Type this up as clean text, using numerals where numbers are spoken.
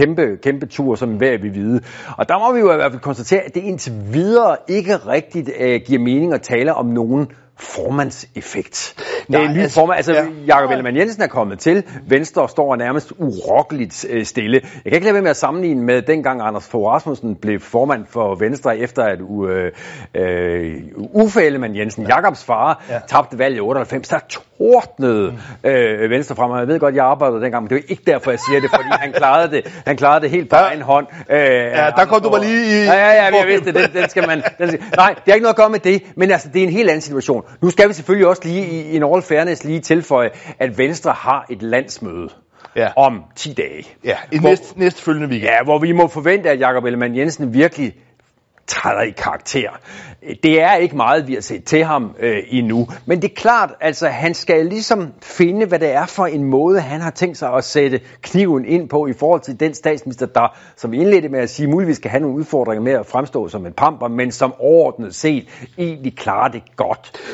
kæmpe tur, som hver vil vide. Og der må vi jo i hvert fald konstatere, at det indtil videre ikke rigtigt giver mening at tale om nogen formandseffekt. Nej, en ny formand, Jakob Ellemann-Jensen er kommet til. Venstre står nærmest urokkeligt stille. Jeg kan ikke lade være med at sammenligne med dengang Anders Fogh Rasmussen blev formand for Venstre, efter at Uffe Ellemann-Jensen, Jakobs far, tabte valget i 98. Der tordnede Venstre frem. Jeg ved godt, jeg arbejdede dengang, men det er jo ikke derfor, jeg siger det, fordi han klarede det helt på egen hånd. Der kom du bare lige i... Ja, jeg vidste det. Den skal man... Nej, det har ikke noget at gøre med det, men altså, det er en helt anden situation. Nu skal vi selvfølgelig også lige i en all fairness lige tilføje, at Venstre har et landsmøde om 10 dage. Ja, næstfølgende weekend. Ja, hvor vi må forvente, at Jakob Ellemann-Jensen virkelig træder i karakter. Det er ikke meget, vi har set til ham endnu. Men det er klart, altså han skal ligesom finde, hvad det er for en måde, han har tænkt sig at sætte kniven ind på i forhold til den statsminister, der, som indledte med at sige, muligvis skal have nogle udfordringer med at fremstå som en pamper, men som overordnet set egentlig klarer det godt.